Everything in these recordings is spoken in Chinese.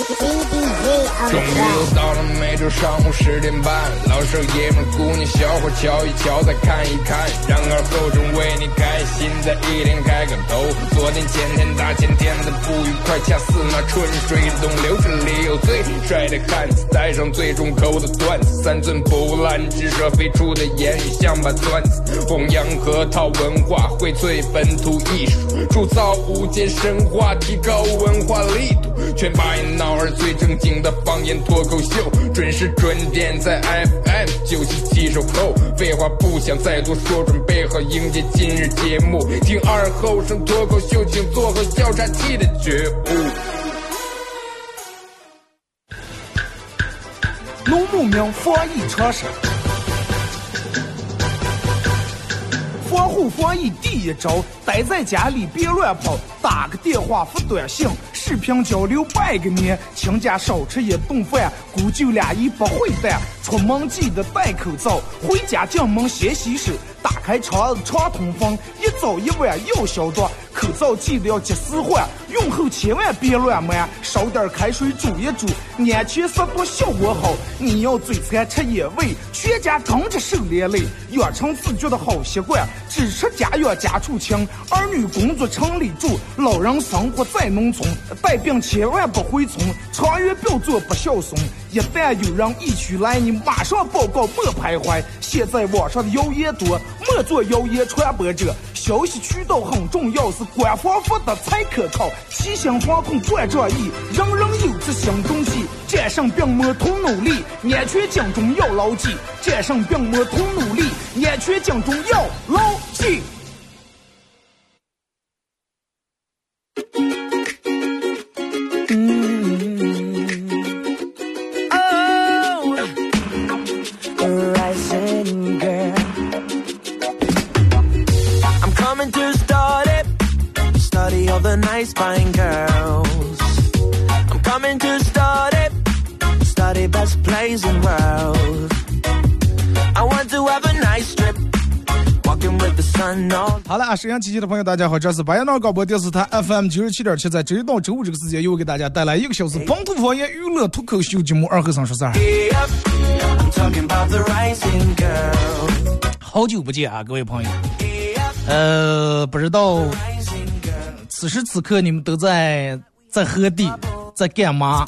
终于又到了每周上午10点半，老少爷们姑娘小伙瞧一瞧再看一看，然而后生为你开心的一天开个头。昨天前天大前天的不愉快，恰似那春水东流，这里有最帅的汉子带上最重口的段子，3寸不烂之舌飞出的言语像把钻子，弘扬河套文化，荟萃本土艺术，铸造无间神话，提高文化力度，全把一闹儿最正经的方言脱口秀，准时准点在 FM 97守候。废话不想再多说，准备好迎接今日节目，听二后生脱口秀，请做好调查器的觉悟。 农牧民防疫常识，防护防疫第一招，待在家里别乱跑，打个电话发短信，视频交流拜个年，请假少吃一顿饭，姑舅俩一不会蛋，出门记得戴口罩，回家进门先洗手，打开窗子常通风，一早一晚要消毒，口罩记得要及时换，用后千万别乱摸，烧点开水煮一煮，安全消毒效果好。你要嘴馋吃野味，全家跟着受连累，养成自觉的好习惯，只吃家养家畜清，儿女工作城里住，老人生活在农村，带病千万不回村，长远不要做不孝顺，一旦有人疫区来，你马上报告莫徘徊。现在网上的谣言多，莫做谣言传播者，消息渠道很重要，是官方发的才可靠，齐心防控冠状疫，人人有此新东西，战胜病魔同努力，安全警钟要牢记，战胜病魔同努力，安全警钟要牢记。 The nice fine girls, I'm coming to study best place in world. I want to have a nice trip, walking with the sun on. 好了，沈阳机器的朋友大家好，这是白羊岛广播电视台 FM 97.7，在周一到周五这个时间又给大家带来1个小时本土方言娱乐脱口秀节目二和尚说事儿。好久不见啊，各位朋友。不知道此时此刻你们都在何地，在干嘛？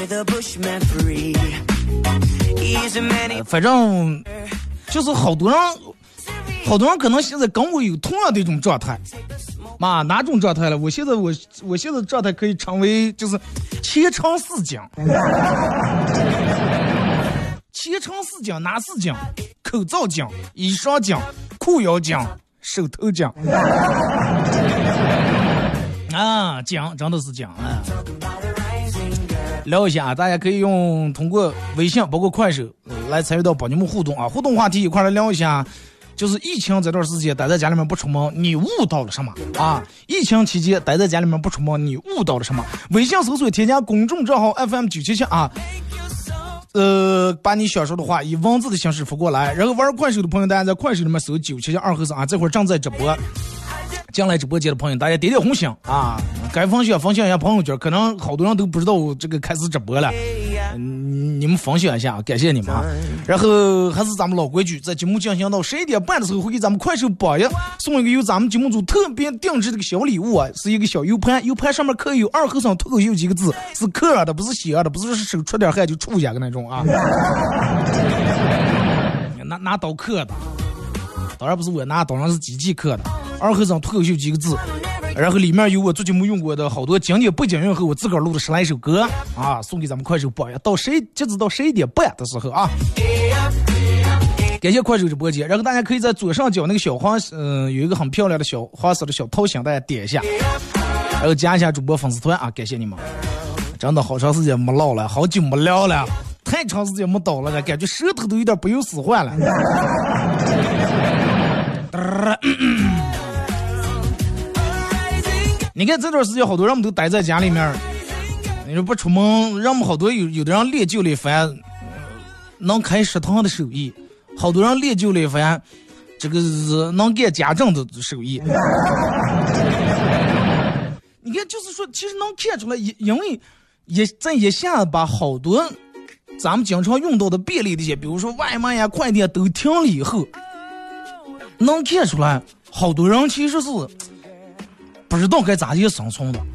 反正就是好多人可能现在跟我有同样的一种状态，哪种状态了？我现在状态可以称为就是前程似锦。前程似锦哪四锦？口罩锦、衣裳锦、裤腰锦、手头锦。讲真的是讲啊！聊一下，大家可以通过微信包括快手来参与到帮你们互动啊！互动话题一块来聊一下，就是疫情这段时间待在家里面不出门，你悟到了什么啊？疫情期间待在家里面不出门，你悟到了什么？微信搜索添加公众账号 FM977啊，把你想说的话以文字的形式发过来，然后玩快手的朋友，大家在快手里面搜977二和尚啊，这会儿正在直播。将来直播间的朋友，大家点点红心啊！该分享一下朋友圈，可能好多人都不知道我这个开始直播了，你们分享一下，感谢你们啊！然后还是咱们老规矩，在节目进行到11点半的时候，会给咱们快手榜一送一个由咱们节目组特别定制的一个小礼物啊，是一个小 U 盘上面刻有二和尚脱口秀几个字，是刻的，不是写的，不是手出点汗就触一下的那种啊，拿刀刻的。当然不是我拿，当然是机器刻的。二和尚脱口秀几个字，然后里面有我最近没用过的好多经典背景音和我自个儿录的10来首歌啊，送给咱们快手榜呀。截止到11点半的时候啊，感谢快手直播间。然后大家可以在左上角那个小花，有一个很漂亮的小花色的小头像，大家点一下，然后加一下主播粉丝团啊，感谢你们。真的好长时间没唠了，好久没聊了，太长时间没倒了，感觉舌头都有点不由使唤了。你看这段时间好多人们都待在家里面，你说不出门，让我们好多有的人练就了一番能开食堂的手艺，好多人练就了一番这个能干家政的手艺。你看就是说其实能看出来，因为一下把好多咱们经常用到的便利的一些，比如说外卖呀、快递都停了以后，能看出来好多人其实是不知道该咋去生存的。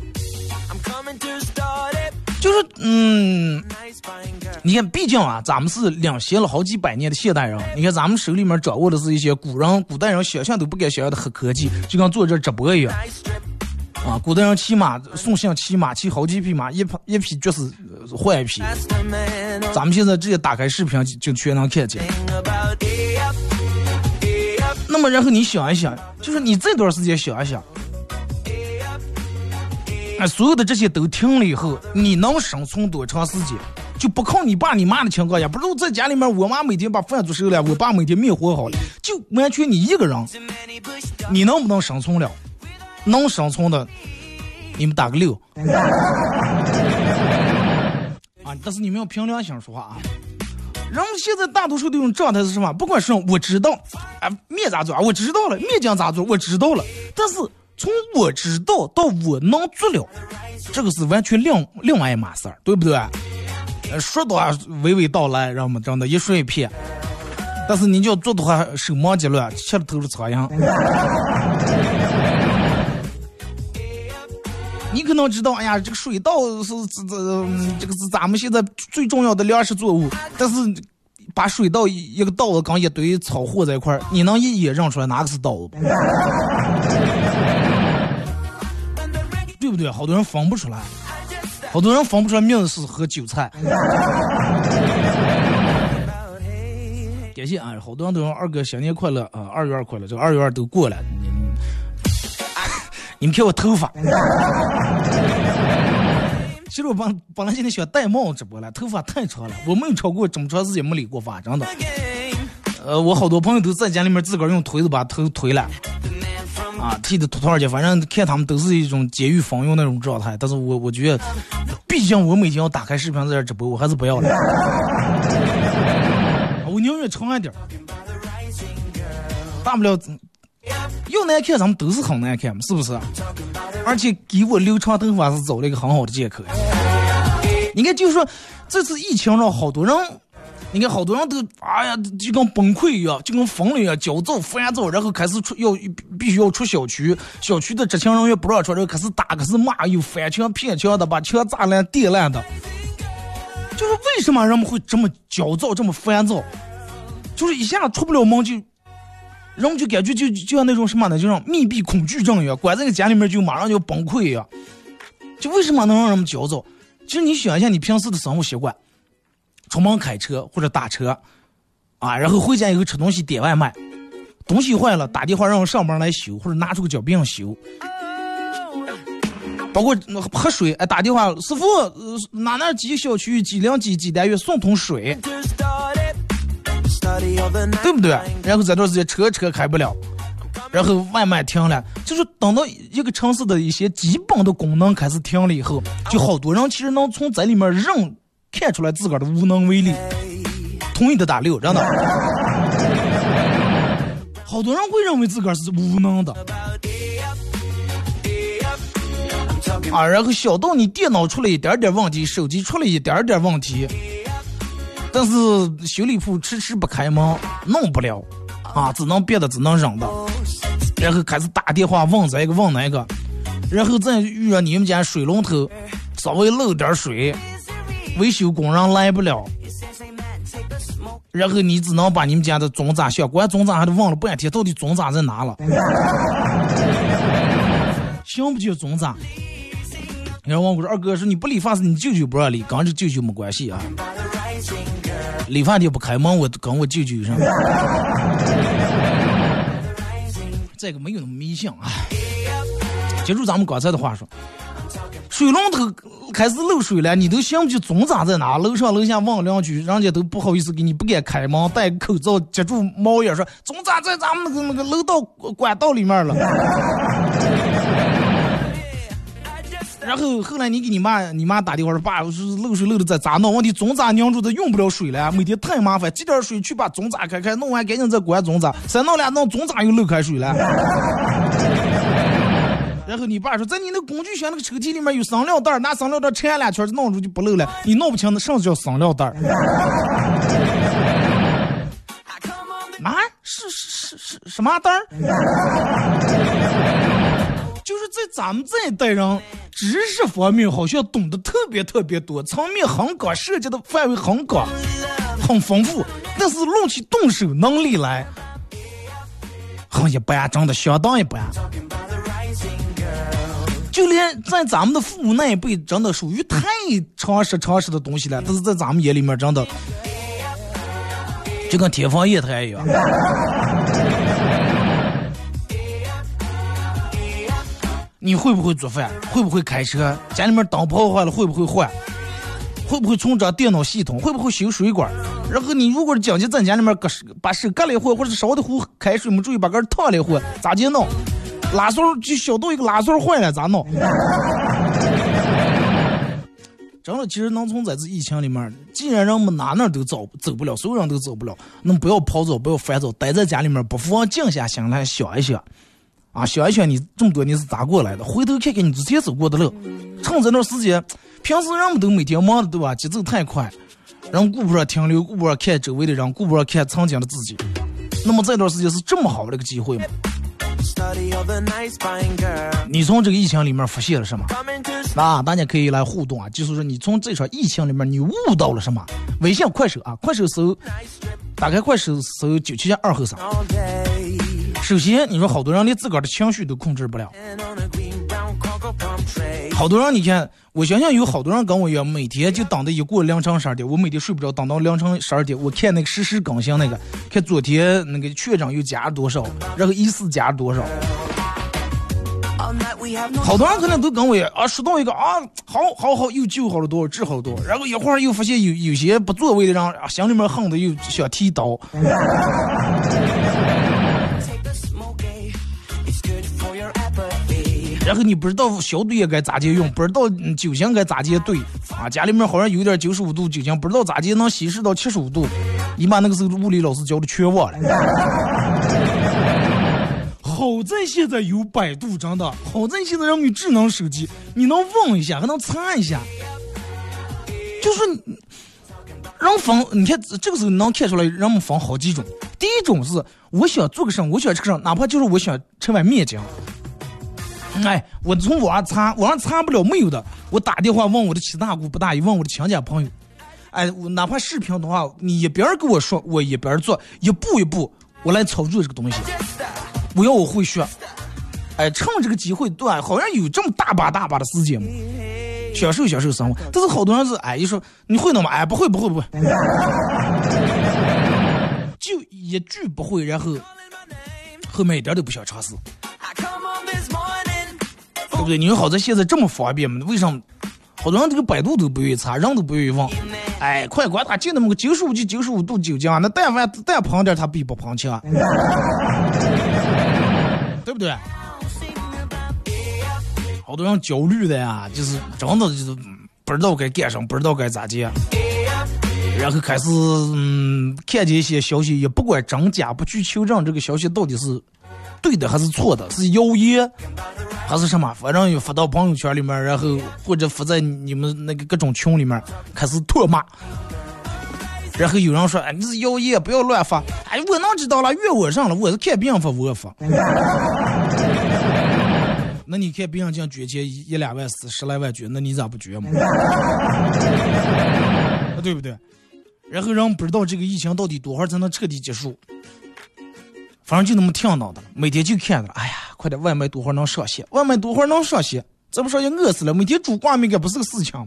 就是你看，毕竟啊，咱们是领先了好几百年的现代人。你看，咱们手里面掌握的是一些古代人想象都不敢想象的黑科技，就跟做这直播一样。啊，古代人骑马，送信骑马，骑好几匹马，一匹就是换一匹。咱们现在直接打开视频就全能看见。那么，然后你想一想，就是你这段时间想一想。所有的这些都停了以后，你能生存多长时间？就不靠你爸你妈的情况下，不是在家里面，我妈每天把饭做熟了，我爸每天灭火好了，就完全你一个人，你能不能生存了？能生存的，你们打个6。啊！但是你们要凭良心说话啊。人们现在大多数这种状态是什么？不管是我知道，啊，面咋做啊，我知道了；面将咋做，我知道了。但是从我知道到我能做了，这个是完全另外一码事儿，对不对？说的话娓娓道来，让我们真的一说一片。但是你就要做的话手忙脚乱，吃了头是苍蝇。你可能知道，哎呀，这个水稻是这个是咱们现在最重要的粮食作物，但是把水稻一个稻子跟一堆草和在一块儿，你能一眼认出来哪个是稻子？对不对？好多人分不出来，好多人分不出来面是和韭菜。感谢啊，好多人都说二哥新年快乐啊，2月2快乐，这个2月2都过了。你们看我头发，其实我本来今天想戴帽直播了，头发太长了，我没有超过这么长时间没理过发，真的。我好多朋友都在家里面自个儿用推子把头推了，啊，剃的秃头去，反正看他们都是一种监狱风用那种状态。但是我觉得，毕竟我每天要打开视频在这直播，我还是不要了。我宁愿长一点，大不了。又难看，咱们都是很难看，是不是？而且给我留长头发是走了一个很好的借口。你看，就是说这次疫情让好多人，你看好多人都哎呀，就跟崩溃一样，就跟疯了一样，焦躁、烦躁，然后开始必须要出小区，小区的执勤人员不让出，然后开始打，开始骂，又翻墙骗墙的，把墙砸烂、电烂的。就是为什么人们会这么焦躁、这么烦躁？就是一下出不了门就。人们就感觉就像那种什么呢，就像密闭恐惧症一样，关在个家里面就马上就崩溃一样。就为什么能让人们焦躁？其实你想一下，你平时的生活习惯，出门开车或者打车，啊，然后回家以后吃东西点外卖，东西坏了打电话让上班来修，或者拿出个脚柄修。包括喝水，哎，打电话师傅，哪几小区几零几单元送桶水。对不对？然后这段时间车开不了，然后外卖停了，就是等到一个城市的一些基本的功能开始停了以后，就好多人其实能从在里面看出来自个儿的无能为力。同意的打6，真的。好多人会认为自个儿是无能的啊，然后小到你电脑出了一点点问题，手机出了一点点问题。但是修理铺迟不开门，弄不了啊，只能憋的，只能忍的，然后开始打电话问这个问那个，然后再遇上你们家水龙头稍微漏点水，维修工人来不了，然后你只能把你们家的总闸小关总闸还得问了半天，到底总闸在哪了？想不起总闸。然后我说二哥说你不理发师，你舅舅不让理，跟这舅舅没关系啊。理发店不开门，我跟我舅舅上。这个没有那么迷信啊。接住咱们刚才的话说，水龙头开始漏水了，你都想不起总闸在哪，楼上楼下问两句，人家都不好意思给你，不敢开门，戴口罩接住猫眼说总闸在咱们那个楼道管道里面了。然后后来你给你妈打电话说爸，漏水漏的在咋弄？问题总闸拧住的用不了水了，每天太麻烦，接点水去把总闸开，弄完赶紧再关总闸，再弄俩弄总闸又漏开水了。然然后你爸说，在你那工具箱那个抽屉里面有饲料袋，拿饲料袋缠2圈弄出就不漏了。你弄不清那什么叫饲料袋？啊，是什么袋儿？就是在咱们这一代人，知识方面好像懂得特别多，层面很广，涉及的范围很广，很丰富。但是论起动手能力来，很一般，真的相当一般。就连在咱们的父母那一辈，真的属于太常识的东西了，但是在咱们眼里面，真的就跟天方夜谭一样。你会不会做饭？会不会开车？家里面灯泡坏了会不会换？会不会充这电脑系统？会不会修水管？然后你如果是讲究在家里面把手割了一会，或者是烧的壶开水没注意把根烫了一会，咋就弄？拉栓就小到一个拉栓坏了咋弄？真的，其实能从在这疫情里面，既然人们哪都走不了，所有人都走不了，那么不要跑走，不要烦走，待在家里面，不妨静下心来想一想。啊，想一想你这么多年是咋过来的，回头看看你之前走过的路，趁这段时间，平时人们都每天忙的对吧，节奏太快，人顾不上停留，顾不上看周围的人，顾不上看曾经的自己，那么这段时间是这么好的一个机会吗？你从这个疫情里面发现了什么？大家可以来互动啊，就是说你从这场疫情里面你悟到了什么？微信快手啊，快手搜，打开快手搜972后3。首先你说好多人连自个儿的情绪都控制不了，好多人你看，我想想有好多人跟我一样，每天就等着一过凌晨12点，我每天睡不着，等到凌晨12点，我看那个实时更新那个，看昨天那个确诊又加了多少，然后疑似加了多少。好多人可能都跟我啊，说到一个啊，好又救好了多少，治好了多少，然后一会儿又发现有些不作为的人啊，心里面横的又想剃刀。然后你不知道消毒液该咋接用，不知道酒精该咋接兑啊，家里面好像有点95度酒精，不知道咋接能稀释到75度，你把那个时候物理老师教的全忘了。好在现在有百度，真的好在现在人有智能手机，你能问一下还能查一下，就是人分，你看这个时候能看出来人们分好几种。第一种是我想做个什么，我想吃个什么，哪怕就是我想吃碗面筋，哎，我从网上查不了没有的，我打电话问我的七大姑八大姨，问我的亲家朋友，哎，我哪怕视频的话，你一边跟我说，我一边做，一步一步我来操作这个东西，我会学，哎，趁这个机会，对，好像有这么大把的时间嘛，享受生活。但是好多人是哎一说你会弄吗？哎，不会，就一句不会，然后后面一点都不想尝试。对不对？你说好在现在这么方便嘛？为什么好多人这个百度都不愿意查，人都不愿意问？哎，快管他就那么个95度酒精，那但碰点他比不碰枪，对不对？好多人焦虑的呀，就是真的就是不知道该干什么，不知道该咋接，然后开始看见一些消息，也不管真假，不去求证这个消息到底是对的还是错的，是谣言还是什么，反正又发到朋友圈里面，然后或者发在你们那个各种群里面开始唾骂，然后有人说哎你是谣言不要乱发，哎我能知道了，越我上了，我是看别人发我发。那你看别人这样捐钱1-2万10来万捐，那你咋不捐嘛？对不对？然后人不知道这个疫情到底多会儿才能彻底结束，反正就那么听到的，每天就看着，哎呀，快点外卖多会儿能上线，再不上线饿死了，每天煮挂面该不是个事情吗？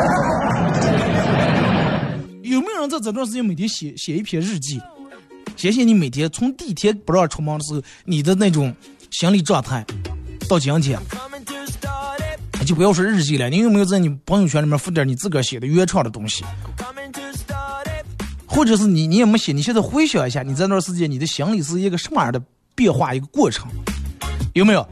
有没有人在这段时间每天写一篇日记，写你每天从第一天不让出门的时候你的那种心理状态到今天，就不要说日记了，你有没有在你朋友圈里面附点你自个儿写的原创的东西？或者是你也没写，你现在回想一下，你在那段时间你的心理是一个什么样的变化，一个过程，有没有？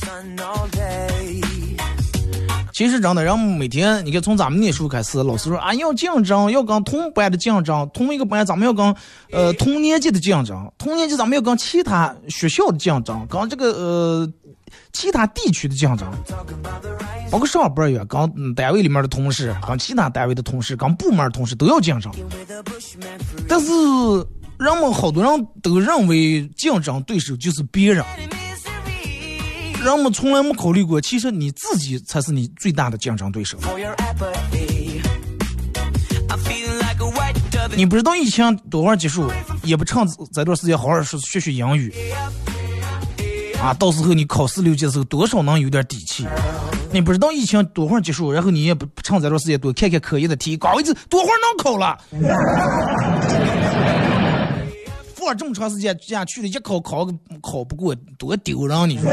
其实真的，然后每天你看从咱们念书开始，老师说啊要竞争，要跟同班的竞争，同一个班咱们要跟同年级的竞争，同年级咱们要跟其他学校的竞争，跟这个其他地区的竞争，包括上班也跟单位里面的同事，跟其他单位的同事，跟部门的同事都要竞争。但是好多人都认为竞争对手就是别人，人们从来没考虑过，其实你自己才是你最大的竞争对手。你不知道疫情多会儿结束，也不趁这段时间好好学英语啊，到时候你考4、6级的时候多少能有点底气。你不知道疫情多会儿结束，然后你也不趁这段时间多看看科研的题，搞一次多会儿能考了。放这么长时间假去了，一考不过，多丢人你说。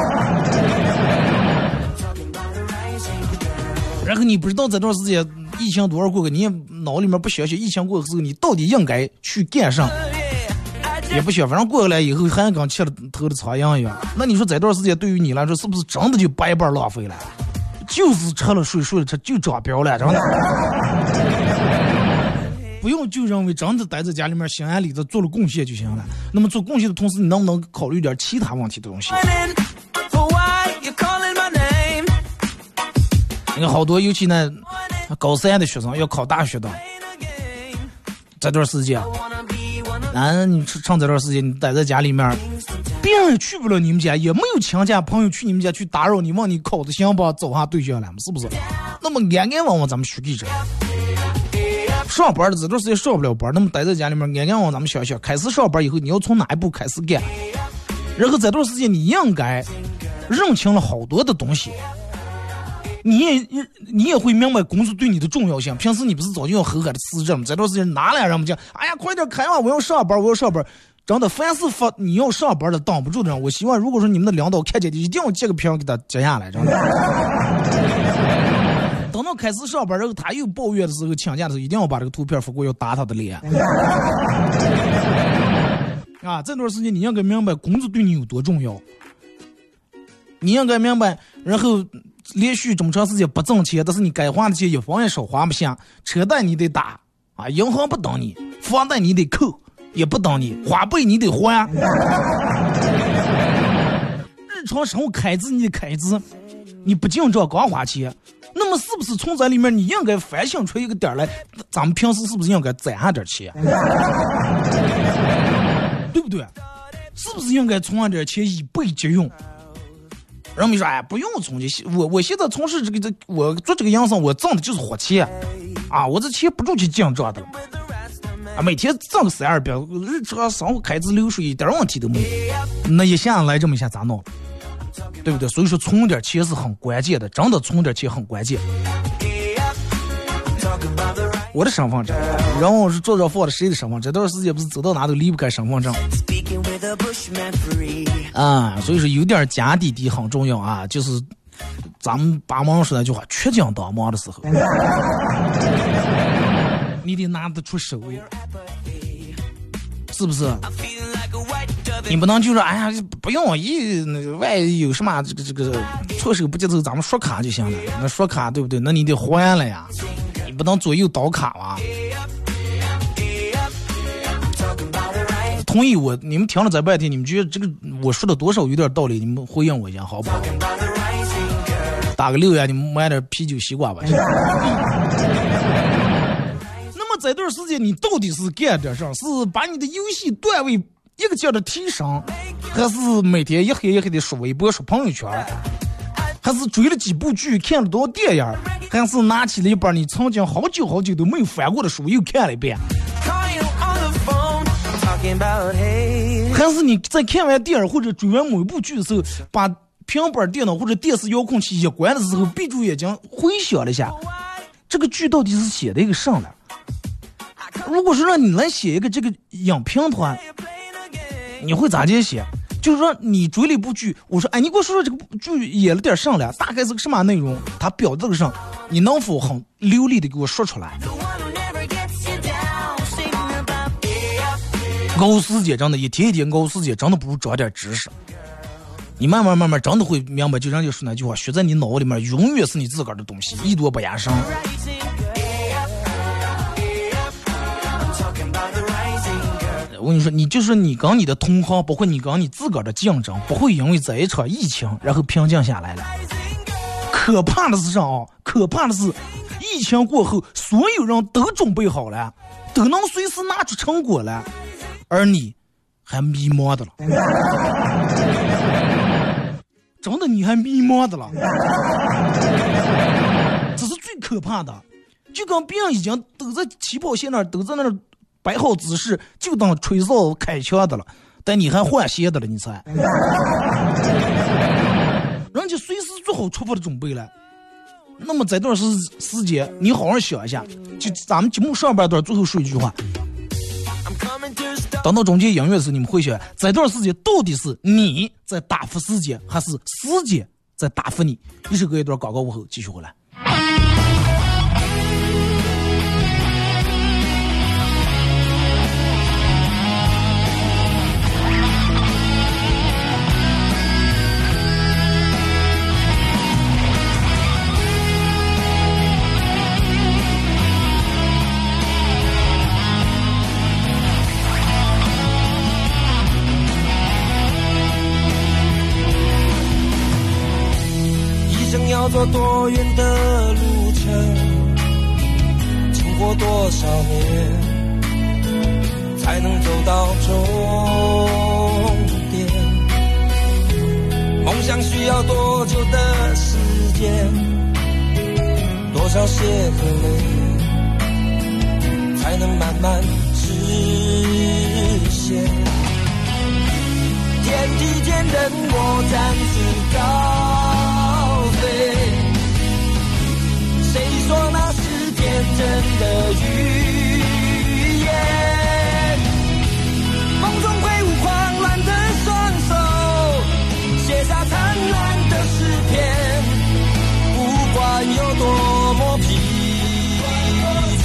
然后你不知道这段时间疫情多少过个，你也脑里面不想想疫情过的时候你到底应该去干上，也不想，反正过来以后还跟吃了头的苍蝇一样。那你说这段时间对于你来说是不是真的就白白浪费了？就是吃了睡了吃就长膘了，真的。不用就认为真的待在家里面心安理得做了贡献就行了。那么做贡献的同时，你能不能考虑点其他问题的东西？你看好多，尤其呢高3的学生要考大学的，这段时间，你趁这段时间你待在家里面，别人也去不了你们家，也没有亲家朋友去你们家去打扰你，问你考的行不走下对象了，是不是？那么安安稳稳咱们学记者。上班的这段时间上不了班，那么待在家里面安安稳咱们想想，开始上班以后你要从哪一步开始干？然后这段时间你应该认清了好多的东西，你也会明白工作对你的重要性。平时你不是早就要狠狠的辞职吗？这段时间哪来人们讲，哎呀快点开吧，我要上班。真的凡是你要上班的挡不住的人，我希望如果说你们的领导看见的一定要截个屏给他截下来，真的。等到开始上班，然后他又抱怨的时候，请假的时候，一定要把这个图片发过，要打他的脸。啊，这段时间你应该明白工作对你有多重要，你应该明白，然后连续这么长时间不挣钱，但是你该花的钱一分也少花不下，车贷你得打啊，银行不等你，房贷你得扣，也不等你，花呗你得还，日常生活开支你得开支，你不净这光花钱。那么是不是从这里面你应该反省出一个点来，咱们平时是不是应该攒下点钱，对不对？是不是应该存下点钱以备急用？人们说哎不用存钱，我现在从事我做这个营生，我挣的就是活钱啊，我这钱不住去进账的啊，每天挣个3200，日常生活开支流水一点问题都没有。那一下来这么一下咋弄？对不对？所以说存点钱是很关键的，真的存点钱很关键。我的身份证，然后是桌上放的谁的身份证？这段时间不是走到哪都离不开身份证啊，所以说有点家底底很重要啊，就是咱们把忙说那句话，缺斤当忙的时候，你得拿得出手，是不是？你不能就说哎呀不用万一有什么这个措手不及之后咱们刷卡就行了，那刷卡对不对？那你得还了呀，你不能左右倒卡啊。同意你们听了这半天，你们觉得这个我说的多少有点道理，你们回应我一下好不好？打个6呀，你们买点啤酒西瓜吧。那么这段时间你到底是干点啥？是把你的游戏段位一个劲的提升，还是每天一黑一黑的刷微博刷朋友圈，还是追了几部剧看了多少电影，还是拿起了一本你曾经好久都没有翻过的书又看了一遍，还是你在看完电影或者追完某一部剧的时候，把平板电脑或者电视遥控器一关的时候闭住眼睛回想了一下，这个剧到底是写的一个什么？如果说让你来写一个这个影评团，你会咋接写？就是说你追了一部剧，我说哎，你给我说说这个剧演了点啥了，大概是个什么内容，它表达个啥，你能否很流利的给我说出来？熬时间真的一天一天熬时间，真的不如长点知识。你慢慢真的会明白，就人家说那句话，学在你脑里面永远是你自个儿的东西，一多不压身。 我跟你说，你就是你跟你的同行，包括你跟你自个儿的竞争，不会因为这一场疫情然后平静下来了。可怕的是啥啊？可怕的是，疫情过后，所有人都准备好了，都能随时拿出成果来，而你还迷茫的了。真的，你还迷茫的了，这是最可怕的。就跟别人已经都在起跑线那儿，都在那儿摆好姿势，就当吹哨开枪的了，但你还换鞋的了，你猜？人家随时做好出发的准备了。那么这段时间，你好好想一下，就咱们节目上半段最后说一句话。等到中间音乐时，你们会想，这段时间到底是你在打发时间，还是时间在打发你？一首歌一段广告过后继续回来。 要走多远的路程，经过多少年，才能走到终点？梦想需要多久的时间？多少血和泪，才能慢慢实现？天地间任我展翅高飞，谁说那是天真的语言？梦中挥舞狂乱的双手，写下灿烂的诗篇，不管有多么疲倦。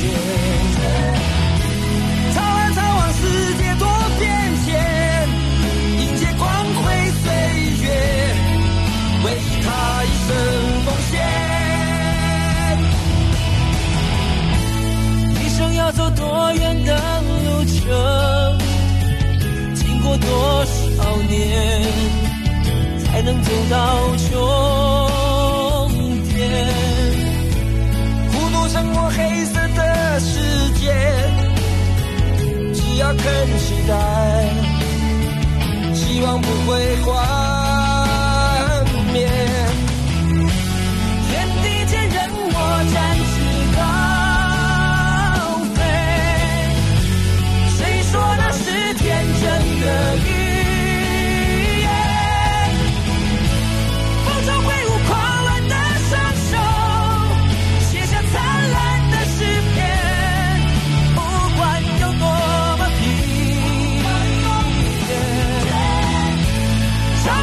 超然超往世界多变迁，迎接光辉岁月，为他一生奉献。一生要走多远的路程，经过多少年，才能走到终点？孤独胜过黑色的世界，只要肯期待，希望不会幻灭。天地间任我展翅高飞，谁说那是天真的语言？风中挥舞狂乱的双手，写下灿烂的诗篇，不管有多么疲倦。超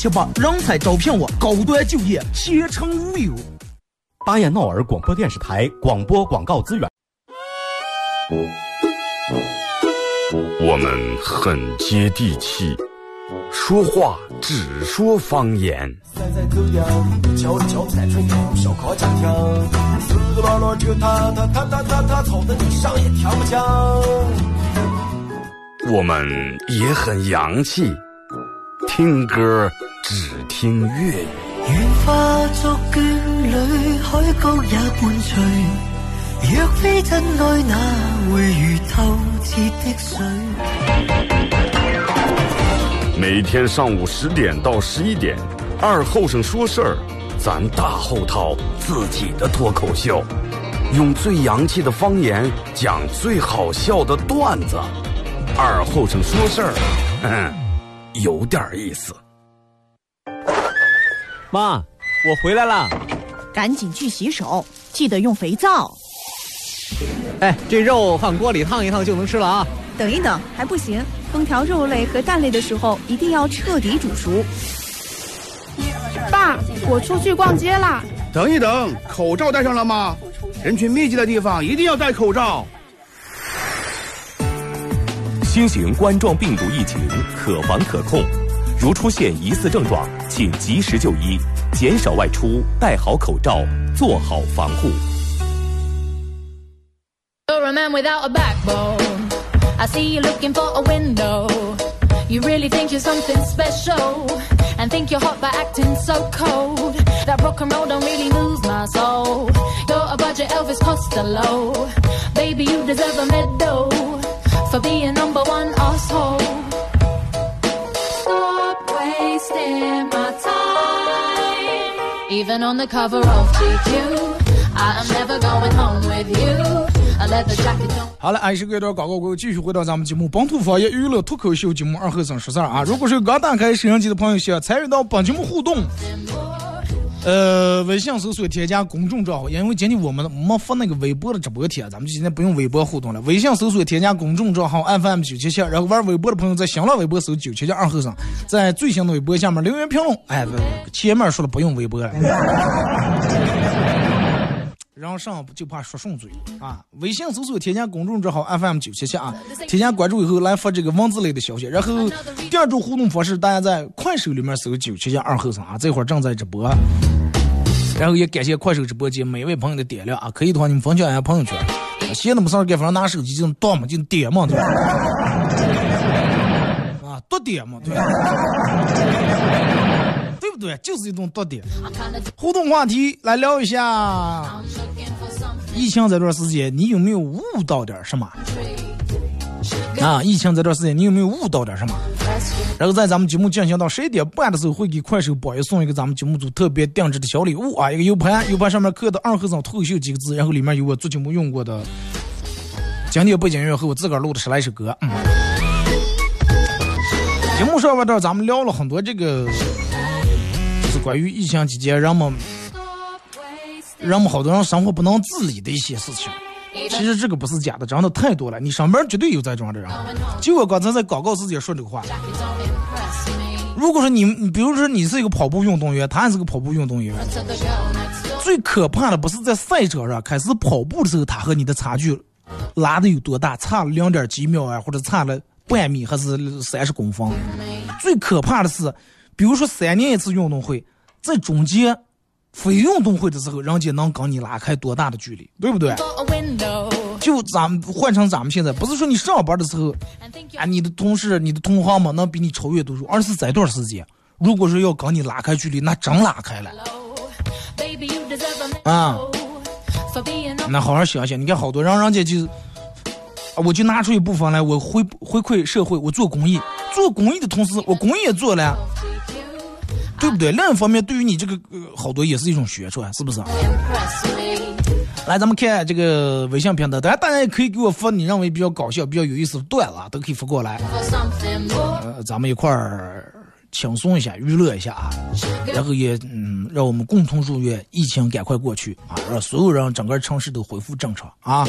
778，人才招聘我，高端就业，前程无忧。 巴彦淖尔广播电视台广播广告资源。 我们很接地气，说话只说方言。我们也很洋气，听歌只听粤语。 愿化作眷侣，海角也伴随。若非真爱，哪會如透徹的水？ 每天上午10點到11點，二後生說事兒，咱大後套自己的脫口秀，用最洋氣的方言講最好笑的段子。二後生說事兒，有點意思。 妈，我回来了， 赶紧去洗手，记得用肥皂。 哎，这肉放锅里烫一烫就能吃了啊！ 等一等，还不行，烹调肉类和蛋类的时候一定要彻底煮熟。 爸，我出去逛街啦。 等一等，口罩戴上了吗？人群密集的地方一定要戴口罩。 新型冠状病毒疫情可防可控，如出现疑似症状，请及时就医，减少外出，戴好口罩，做好防护。 You're a man without a backbone. I see you looking for a window. You really think you're something special and think you're hot by acting so cold. That rock and roll don't really move my soul. You're a budget Elvis Costello. Baby, you deserve a medal for being number one asshole. Stop wasting my time. Even on the cover of GQ, I am never going home with you. 好了，还是隔一段广告过后，继续回到咱们节目本土方言娱乐脱口秀节目二和尚说事儿啊！如果是刚打开摄像机的朋友，想参与到本节目互动，微信搜索添加公众账号，因为今天我们没发那个微博的直播帖，咱们今天不用微博互动了。微信搜索添加公众账号 FM977，然后玩微博的朋友在新浪微博搜977二和尚，在最新的微博下面留言评论。哎，前面说了不用微博了。然后上就怕说顺嘴啊！微信搜索添加公众账号 FM977啊，添加关注以后来发这个文字类的消息。然后第二种互动方式，大家在快手里面搜977二和尚啊，这会儿正在直播。然后也感谢快手直播间每位朋友的点亮啊，可以的话你们分享一下朋友圈。闲的没事儿，给反正拿手机就断嘛，就点嘛，对吧？啊，多点嘛，对吧？对不对？就是一种多点。互动话题来聊一下，疫情这段时间你有没有悟到点什么啊？疫情这段时间你有没有悟到点什么？然后在咱们节目进行到11点半的时候，会给快手榜一送一个咱们节目组特别定制的小礼物啊，一个 U 盘上面刻的二和尚脱口秀几个字，然后里面有我做节目用过的经典背景音乐和我自个儿录的10来首歌。节目上边到咱们聊了很多这个。关于疫情期间人们好多人生活不能自理的一些事情，其实这个不是假的，真的太多了。你上班绝对有这种的人。就我刚才在广告时间说这个话，如果说你比如说你是一个跑步运动员，他也是个跑步运动员，最可怕的不是在赛车上开始跑步的时候他和你的差距拉的有多大，差了0.几秒啊，或者差了半米还是30公分。最可怕的是比如说3年一次运动会，在中间非运动会的时候，人家能跟你拉开多大的距离，对不对？就咱们换成咱们现在，不是说你上班的时候啊，你的同事你的同行们能比你超越多少，而是在段时间如果说要跟你拉开距离，那真拉开了啊。那好好想想，你看好多人家就我就拿出一部分来，我回馈社会，我做公益的同时我公益也做了，对不对？另一方面对于你这个好多也是一种宣传，是不是来咱们看这个微信平台，大家也可以给我发你认为比较搞笑比较有意思的段子都可以发过来，咱们一块儿轻松一下娱乐一下啊，然后也让我们共同祝愿疫情赶快过去啊，让所有人整个城市都恢复正常啊。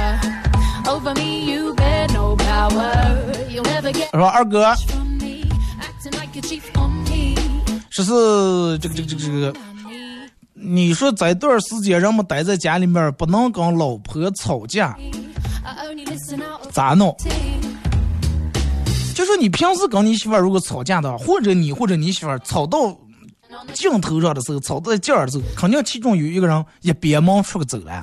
说二哥说是这个，你说这段时间人们待在家里面不能跟老婆吵架，咋弄？就说你平时跟你媳妇如果吵架的话，或者你媳妇吵到镜头上的时候，吵到劲儿的时候，肯定其中有一个人也憋忙出个走了。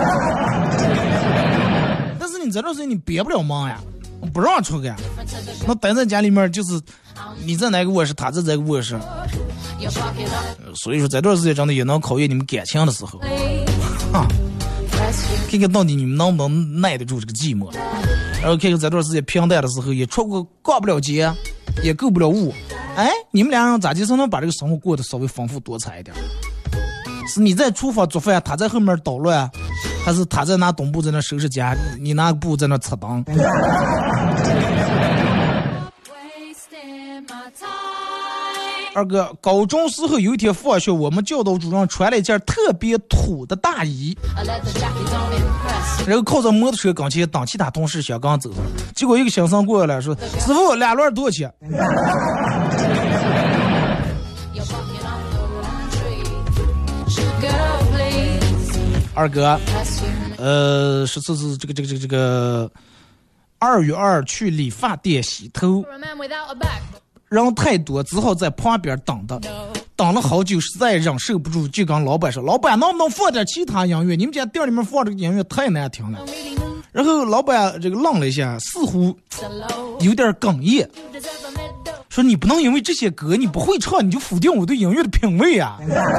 但是你这段时间你憋不了忙呀，不让出去，那待在家里面就是你在哪个卧室，他在这个卧室。所以说这段时间真的也能考验你们感情的时候，看看到底你们能不能耐得住这个寂寞，然后看看这段时间平淡的时候也出过挂不了街，也够不了物，哎，你们俩人咋就才能把这个生活过得稍微丰富多彩一点？是你在厨房做饭，他在后面捣乱，还是他在拿东部在那收拾家，你拿布在那擦裆？二哥，高中时候有一天放学，我们教导主任穿了一件特别土的大衣，然后靠着摩托车跟前等其他同事想刚走，结果一个学生过来说：“师傅，2轮多少钱？”二哥，是这个2月2去理发店洗头。人太多，只好在旁边等了好久，实在忍受不住，就跟老板说：“老板，能不能放点其他音乐？你们家店里面放这个音乐太难听了。”然后老板这个愣了一下，似乎有点哽咽，说：“你不能因为这些歌你不会唱，你就否定我对音乐的品味啊！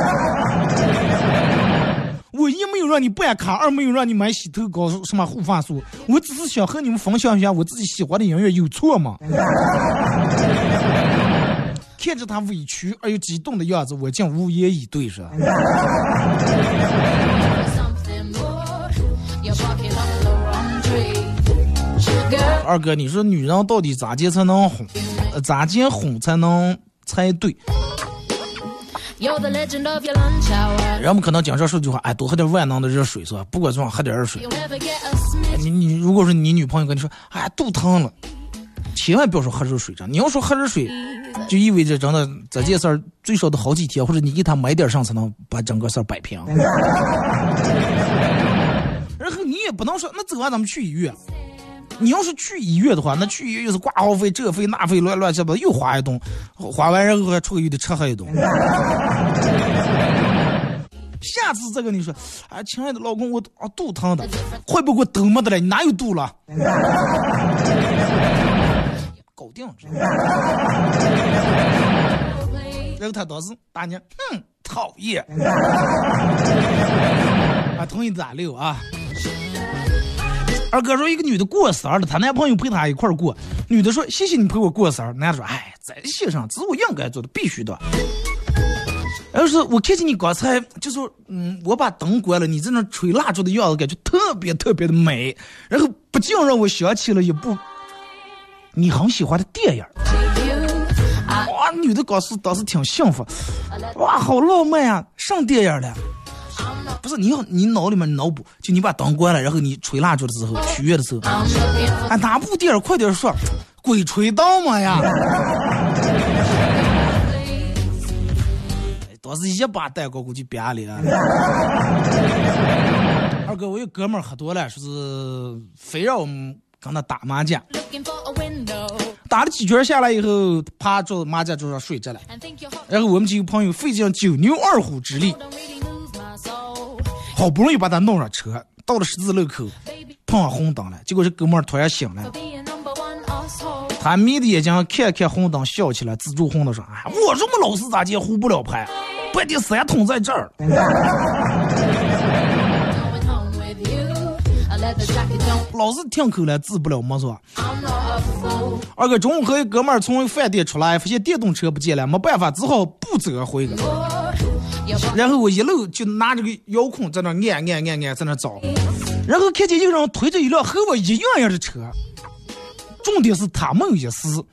我一没有让你办卡，二没有让你买洗头膏什么护发素，我只是想和你们分享一下我自己喜欢的音乐，有错吗？”看着他委屈而又激动的样子，我竟无言以对，是吧？二哥，你说女人到底咋接才能哄？咋接哄才能猜对？人们可能讲这说句话，哎，多喝点万能的热水是吧？不管怎么喝点热水。你如果说你女朋友跟你说，哎，肚疼了，千万不要说喝热水着。你要说喝热水，就意味着真的这件事儿最少的好几天，或者你给他买点上才能把整个事儿摆平。然后你也不能说，那走啊，咱们去医院。你要是去医院的话，那去医院又是挂号费、这费那费乱七八糟又花一顿，花完然后还出去又得吃喝一顿。下次再跟你说，哎，亲爱的老公，我肚疼的，会不会都没得了？你哪有肚了？搞定。然后他当时大娘，讨厌。啊，同意咋溜啊？二哥说一个女的过生日了，她男朋友陪她一块儿过，女的说谢谢你陪我过生日，男的说哎，在线上这是我应该做的，必须的。然后说我看见你刚才就说我把灯关了，你在那吹蜡烛的样子感觉特别特别的美，然后不禁让我想起了一部你很喜欢的电影。哇，女的当时挺幸福，哇，好浪漫啊，上电影了。不是你脑里面脑补，就你把灯关了，然后你吹蜡烛的时候，许愿的时候，啊，哪部电影快点说，鬼吹灯嘛呀！当时一把带过去别里了。二哥，我有哥们儿喝多了，说是非让我们跟他打麻将，打了几圈下来以后，趴桌麻将桌上睡着了，然后我们几个朋友费尽9牛2虎之力。好不容易把他弄上车，到了十字路口，碰上红灯了。结果这哥们儿突然醒了，他眯着眼睛看红灯，笑起来，自助红灯说：“哎，我这么老实咋接胡不了牌？半天3桶在这儿。”老是听口来治不了没错。二哥中午和一哥们儿从饭店出来，发现电动车不见了，没办法，只好不走回去。然后我一路就拿这个遥控在那按在那找，然后看见一个人推着一辆和我一样的车，重点是他没有一丝。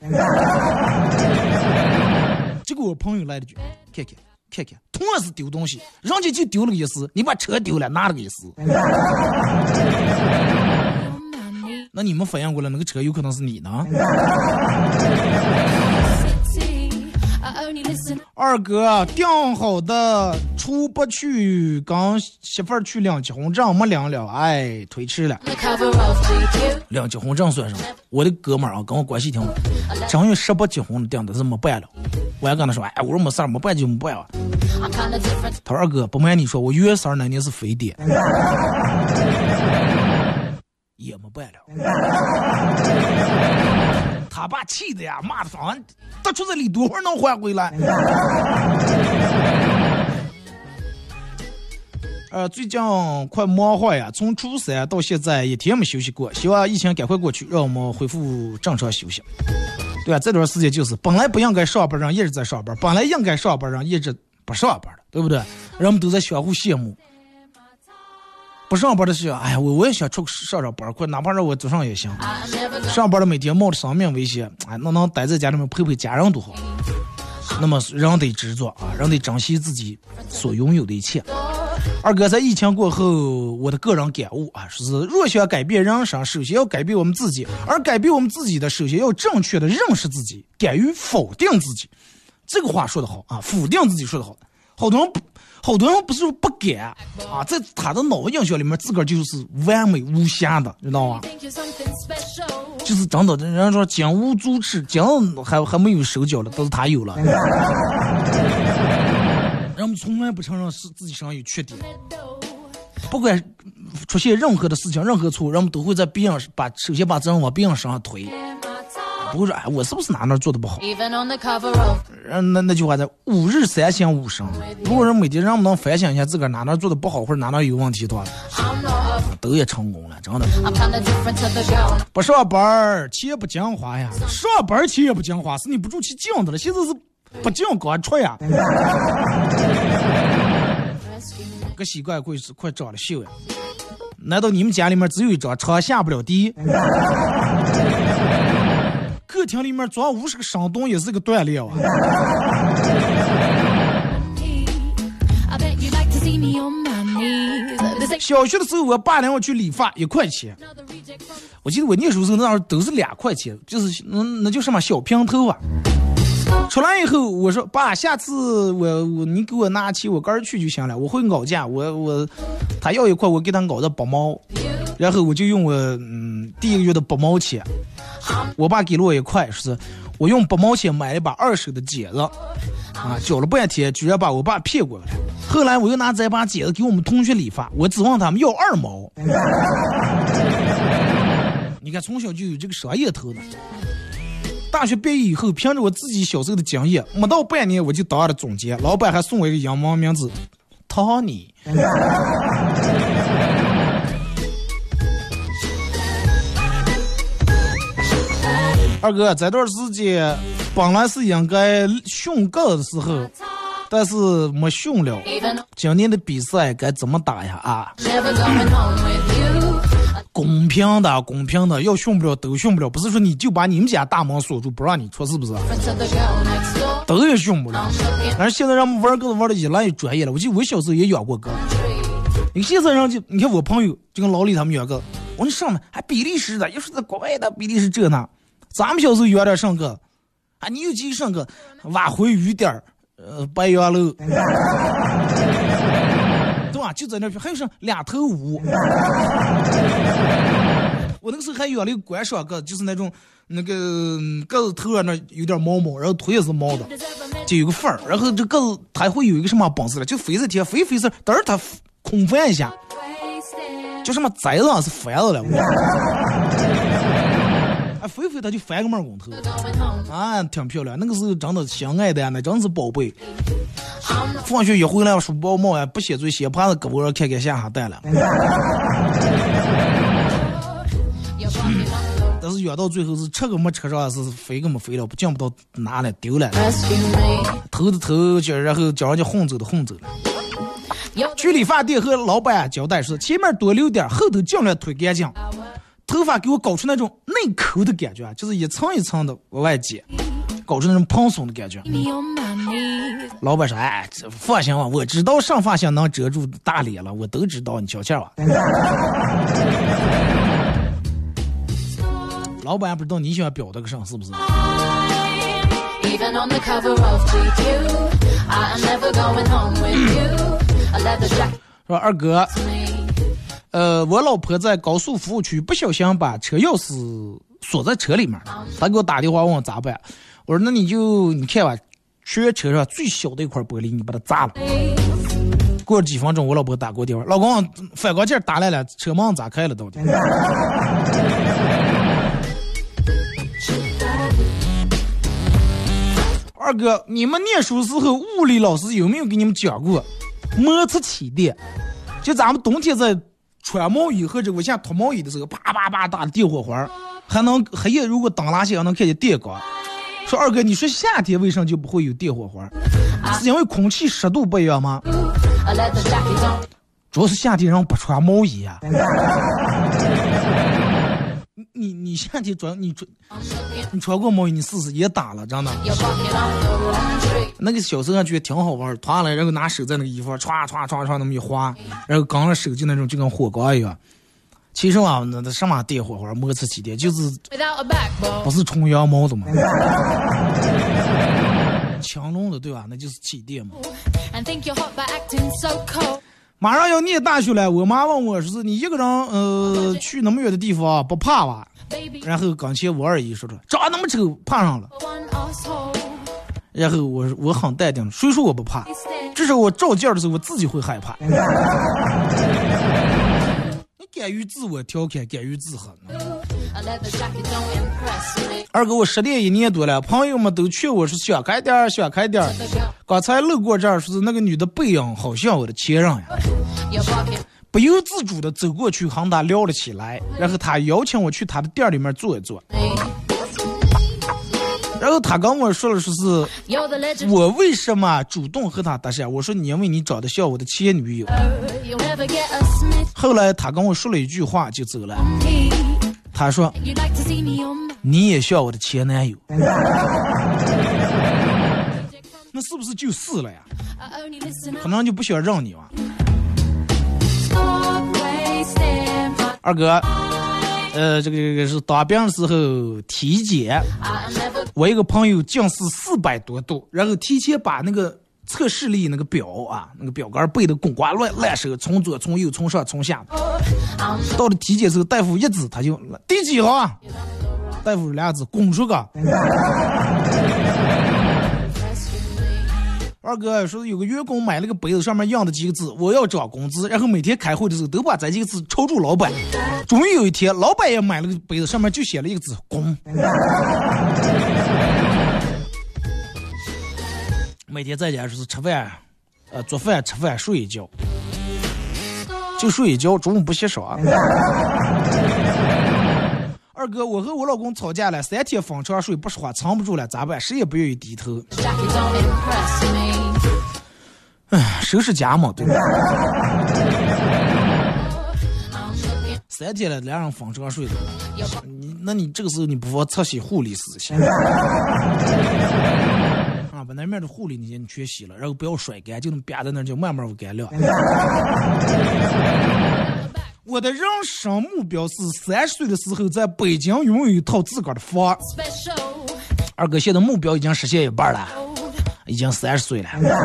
结果我朋友来了句：“看看，同样是丢东西，人家就丢了个一丝，你把车丢了，拿了个一丝。”那你们反应过来，那个车有可能是你呢？ 二哥订好的初八去跟媳妇儿去领结婚证没领了，哎，推迟了。领结婚证算什么？我的哥们儿啊，跟我关系挺好，正月18结婚订的是没办了。我还跟他说，哎，我说没事儿，没办就没办了。他说二哥，不瞒你说，我月3那年是非典，也没办了。他爸气的呀，骂的方他出这里多会儿能还回来？最近快忙坏呀，从初3到现在一天没休息过，希望疫情赶快过去，让我们恢复正常休息。对啊，这段时间就是本来不应该上班人一直在上班，本来应该上班人一直不上班的，对不对？人们都在相互羡慕。不上班的是，哎呀，我也想出上班，快哪怕让我早上也行。上班的每天冒着生命危险，哎，能待在家里面陪陪家人多好。那么人得知足啊，人得珍惜自己所拥有的一切。二哥在疫情过后，我的个人感悟啊，是若想改变人生，首先要改变我们自己，而改变我们自己的，首先要正确的认识自己，敢于否定自己。这个话说得好啊，否定自己说得好。好多人不是不敢啊，在他的脑印象里面，自个儿就是完美无瑕的，知道吗？就是真的，人家说金无足赤，金还没有手脚了，都是他有了。人们从来不承认是自己身上有缺点，不管出现任何的事情、任何错误，人们都会在别人首先把责任往别人身上推。不会说，哎，我是不是哪做的不好？那句话在5日3省5省。如果人每天让我们能反省一下自个儿哪做的不好，或者哪有问题的话，都也成功了，真的。不上班钱不讲话呀，上班钱也不讲话，是你不住去讲的了。现在是不讲刚出呀。个习惯快长了锈呀。难道你们家里面只有一张床下不了地？客厅里面装50个山洞也是个锻炼啊！小学的时候，我爸领我去理发，1块钱。我记得我念书时候那都是2块钱，就是那就什么小平头啊。出来以后，我说爸，下次你给我拿起我个儿去就行了，我会咬价，他要1块，我给他咬到8毛，然后我就用我第1个月的8毛钱。我爸给了我1块，是我用8毛钱买了一把2手的剪子，啊，搅了半天，居然把我爸骗过来。后来我又拿这把剪子给我们同学理发，我指望他们要2毛。你看，从小就有这个商业头脑。大学毕业以后，凭着我自己小时候的经验，没到半年我就当了总监，老板还送我一个洋毛名字，Tony。二哥，这段时间本来是应该训个的时候，但是没训了。今年的比赛该怎么打呀？啊，公平的，要训不了都训不了，不是说你就把你们家大门锁住不让你出，是不是？都也训不了。但是现在让我们玩个玩的越来越专业了。我记得我小时候也养过个，你现在你看我朋友就跟老李他们养个，我说你上面还比利时的，又是在国外的比利时这呢。咱们小时候有点上课啊，你有几上课挖回鱼点白羊楼，对吧？就在那边还有上2头乌。我那个时候还养了一个观赏个，就是那种个子头上那有点毛毛，然后腿也是毛的，就有个缝儿，然后这个它会有一个什么本事了，就飞在天飞色，等着它空翻一下，就什么栽上是翻了了。啊，飞它就翻个门工头，啊，挺漂亮。那个时候真的相爱的呀，那真是宝贝。放学一回来，书包帽呀，不写作业，先趴在胳膊上看下蛋了。但是养到最后是吃个没吃上，是飞个没飞了，见不到哪里丢了，头的头脚，然后叫人家轰走了。去理发店和老板交代说，前面多留点，后头尽量推干净。头发给我搞出那种内扣的感觉，就是一层一层的往外剪，搞出那种蓬松的感觉。老板说，哎，放心吧，我知道上发型能遮住大脸了，我都知道，你瞧瞧吧。老板不知道你想表达个啥，是不是？ Even on the cover of GQ, I am never going home with you. A leather jacket. 说二哥，我老婆在高速服务区不小心把车钥匙锁在车里面，她给我打电话问我咋办。我说那你看吧，全车上最小的一块玻璃，你把它砸了。过了几分钟，我老婆打过电话，老公反光镜打来了，车门咋开了到底？二哥，你们念书时候物理老师有没有给你们讲过摩擦起电？就咱们冬天在穿毛衣或者往下脱毛衣的时候，啪啪啪打的电火花，还能黑夜如果挡拉线能看见电光。说二哥，你说夏天为什么就不会有电火花？是因为空气湿度不一样吗？主要是夏天人不穿毛衣啊。你夏天你穿过毛衣，你试试也打了，真的。那个小时候觉得挺好玩，脱下来然后拿手在那个衣服唰唰唰唰那么一划，然后刚了手就那种就跟火光一样。其实啊，那什么电火花摩擦起电，就是不是冲羊毛的嘛，强龙的对吧？那就是起电嘛。马上要念大学了，我妈问我说：“你一个人去那么远的地方不怕吧？”然后刚才我二姨说：“长那么丑，怕上了。”然后我很淡定，谁说我不怕？至少我照镜的时候我自己会害怕。你敢于自我调侃，敢于自狠呢？二哥，我10年1年多了，朋友们都劝我说想开点，想开点。刚才路过这儿，说是那个女的背影好像我的前任呀，不由自主的走过去和她聊了起来，然后她邀请我去她的店里面坐一坐。然后他跟我说了，说是我为什么主动和他搭讪。我说你因为你长得像我的前女友。后来他跟我说了一句话就走了，他说你也像我的前男友。那是不是就是了呀？可能就不想让你吧。二哥，这个是当兵的时候体检，我一个朋友近视400多度，然后提前把那个测视力那个表啊，那个表杆背得滚瓜烂熟，从左从右从上从下。到了体检时候，大夫一指他就第几号啊？大夫2字滚出个。二哥说有个员工买了个杯子，上面印的几个字我要涨工资，然后每天开会的时候都把这几个字抽住老板。终于有一天老板也买了个杯子，上面就写了一个字工。每天在家就是吃饭做饭吃饭睡一觉，就睡一觉，中午不洗手啊。二哥，我和我老公吵架了，3天分床睡，不说话藏不住了，咋办？谁也不愿意低头。收拾家嘛，对吧？3天了，2人分床睡的，那你这个时候你不妨擦洗护理思想啊，把那面的护理你全洗了，然后不要甩干，就能啪在那就慢慢干了。我的人生目标是30岁的时候在北京拥有一套自个儿的房。二哥现在目标已经实现一半了，已经30岁了。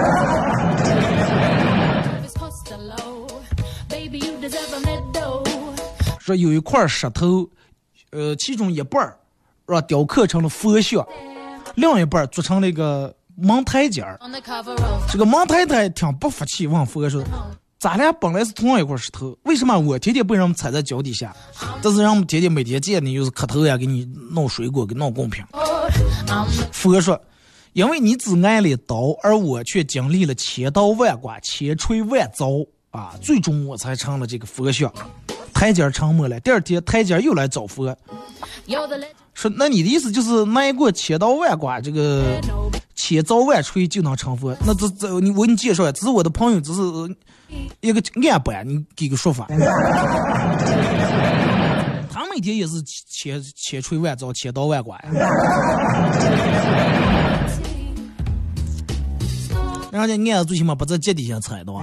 说有一块石头，其中一半让雕刻成了佛像，另一半做成了一个门台阶儿。这个门台台挺不服气，问佛说。咱俩本来是同样一块石头，为什么我天天被人们踩在脚底下，但是让们天天每天见你又是磕头呀，给你弄水果，给弄贡品。佛说，因为你只挨了刀，而我却经历了千刀万剐、千锤万凿啊，最终我才成了这个佛像。台阶成没了，第二天台阶又来找佛，说那你的意思就是挨过千刀万剐这个千凿万锤就能成佛？那你我给你介绍，只是我的朋友，只是一个案板，你给个说法。他每天也是千锤万凿、千刀万剐呀。人家案子最起码不在脚底下踩的啊。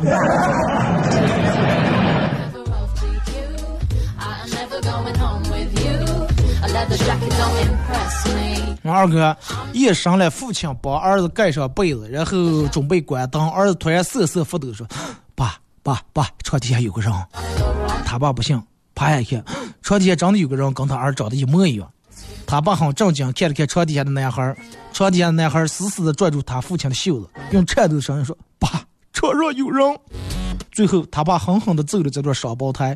二哥夜深了，父亲帮儿子盖上被子，然后准备关灯，儿子突然瑟瑟发抖说：“爸，床底下有个人。”他爸不信，爬下去，床底下真的有个人，跟他儿长得一模一样。他爸很震惊，看了看床底下的男孩，床底下的男孩死死地拽住他父亲的袖子，用颤抖的声音说：“爸，床上有人。”最后他爸狠狠地揍了这对双胞胎。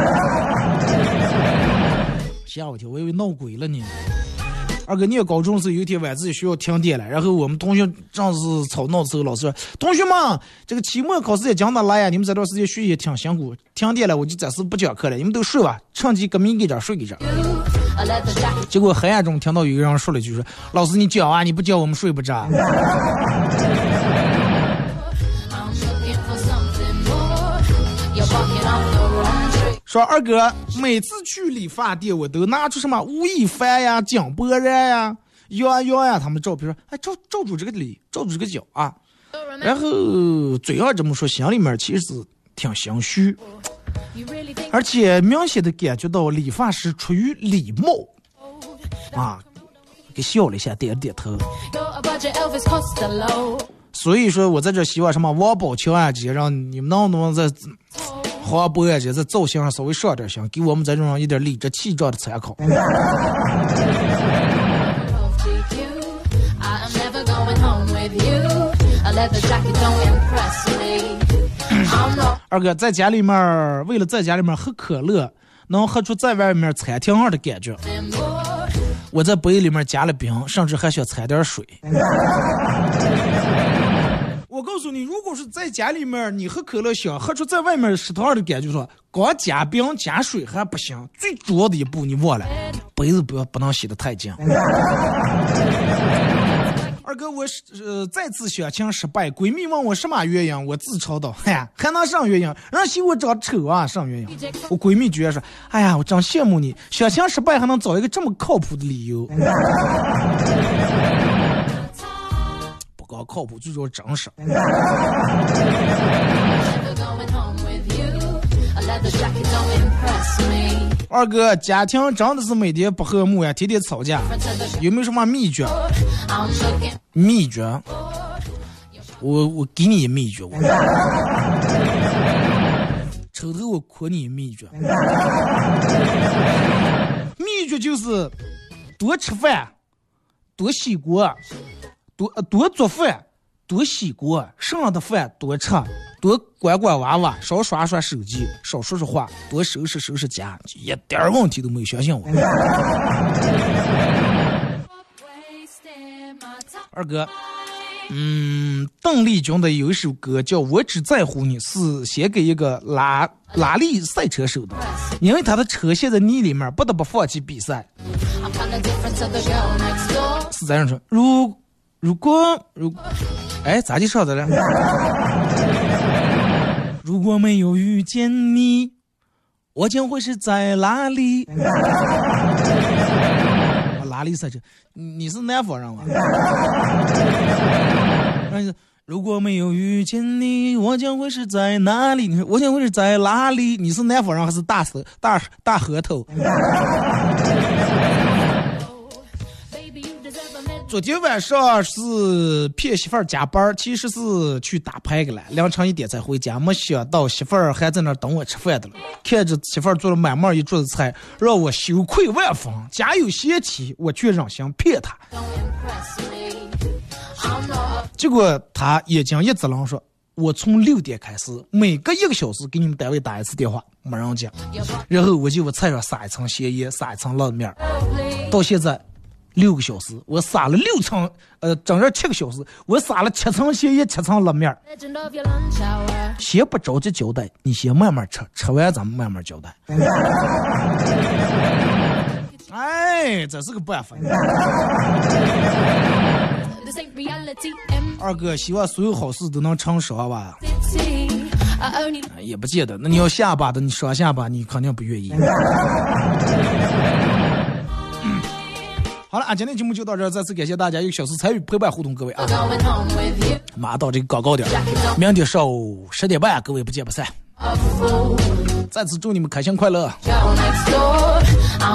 吓我一跳，我以为闹鬼了呢。二哥念高中时有一天晚自习学校停电了，然后我们同学正是吵闹的时候，老师说：“同学们，这个期末考试也将到来呀，你们这段时间学习也挺辛苦，停电了我就暂时不讲课了，你们都睡吧，趁机革命给这睡给这。”结果黑暗中听到有个人说了一句说：“老师你讲啊，你不讲我们睡不着。”说二哥每次去理发店我都拿出什么吴亦凡呀、蒋波然呀、杨呀他们照片说：“哎，照住这个理，照住这个脚啊。”然后嘴上这么说，心里面其实挺心虚，而且明显的感觉到理发师出于礼貌啊，给笑了一下，点了点头。所以说我在这希望什么王宝强啊这些，让你们能不能在黄渤啊这在造型上稍微上点心，给我们这种一点理直气壮的参考。二哥在家里面，为了在家里面喝可乐能喝出在外面餐厅上的感觉，我在杯里面加了冰，甚至还想掺点水。我告诉你，如果是在家里面你喝可乐想喝出在外面食堂的感觉，说光加冰加水还不行，最主要的一步你忘了，杯子不能洗得太净。二哥，我再次相亲失败，闺蜜问我什么原因，我自嘲道：“嗨，还能上原因？让媳妇长丑啊，上原因。”我闺蜜居然说：“哎呀，我真羡慕你，相亲失败还能找一个这么靠谱的理由。”不光靠谱，最主要真实。二哥，家庭真的是每天不和睦呀，天天吵架，有没有什么秘诀？秘诀，我给你秘诀，抽头我夸你秘诀。秘诀就是多吃饭，多洗锅，多做饭，多洗锅，剩下的饭多吃，多管管娃娃，少刷刷手机，少说说话，多收拾收拾家，一点问题都没有，相信我。二哥，邓丽君的有一首歌叫《我只在乎你》，是写给一个拉力赛车手的，因为他的车陷在泥里面，不得不放弃比赛。是这样说，如果，哎，咋就说的了？如果没有遇见你，我将会是在哪里？哪里赛车？你是南方人吗？如果没有遇见你，我将会是在哪里？你说我将会是在哪里？你是南方人还是大河头？昨天晚上是骗媳妇儿加班，其实是去打牌去了，凌晨1点才回家，没想到媳妇儿还在那等我吃饭的了。看着媳妇儿做了满满一桌子菜，让我羞愧万分，家有嫌弃，我却忍心骗她。结果他眼睛一直愣说：“我从6点开始，每隔1个小时给你们单位打一次电话，没人讲。然后我就往菜上撒一层咸盐，撒一层辣面，到现在。6个小时，我撒了6层，整整7个小时，我撒了7层咸盐，7层辣面。先不着急交代，你先慢慢吃，吃完咱们慢慢交代。哎，这是个办法。二哥，希望所有好事都能成双吧。也不见得，那你要下巴的，你双下巴，你肯定不愿意。好了，今天节目就到这儿，再次感谢大家1个小时参与陪伴互动，各位啊！马到这个高高点，明天上午10点半，各位不见不散。再次祝你们开心快乐。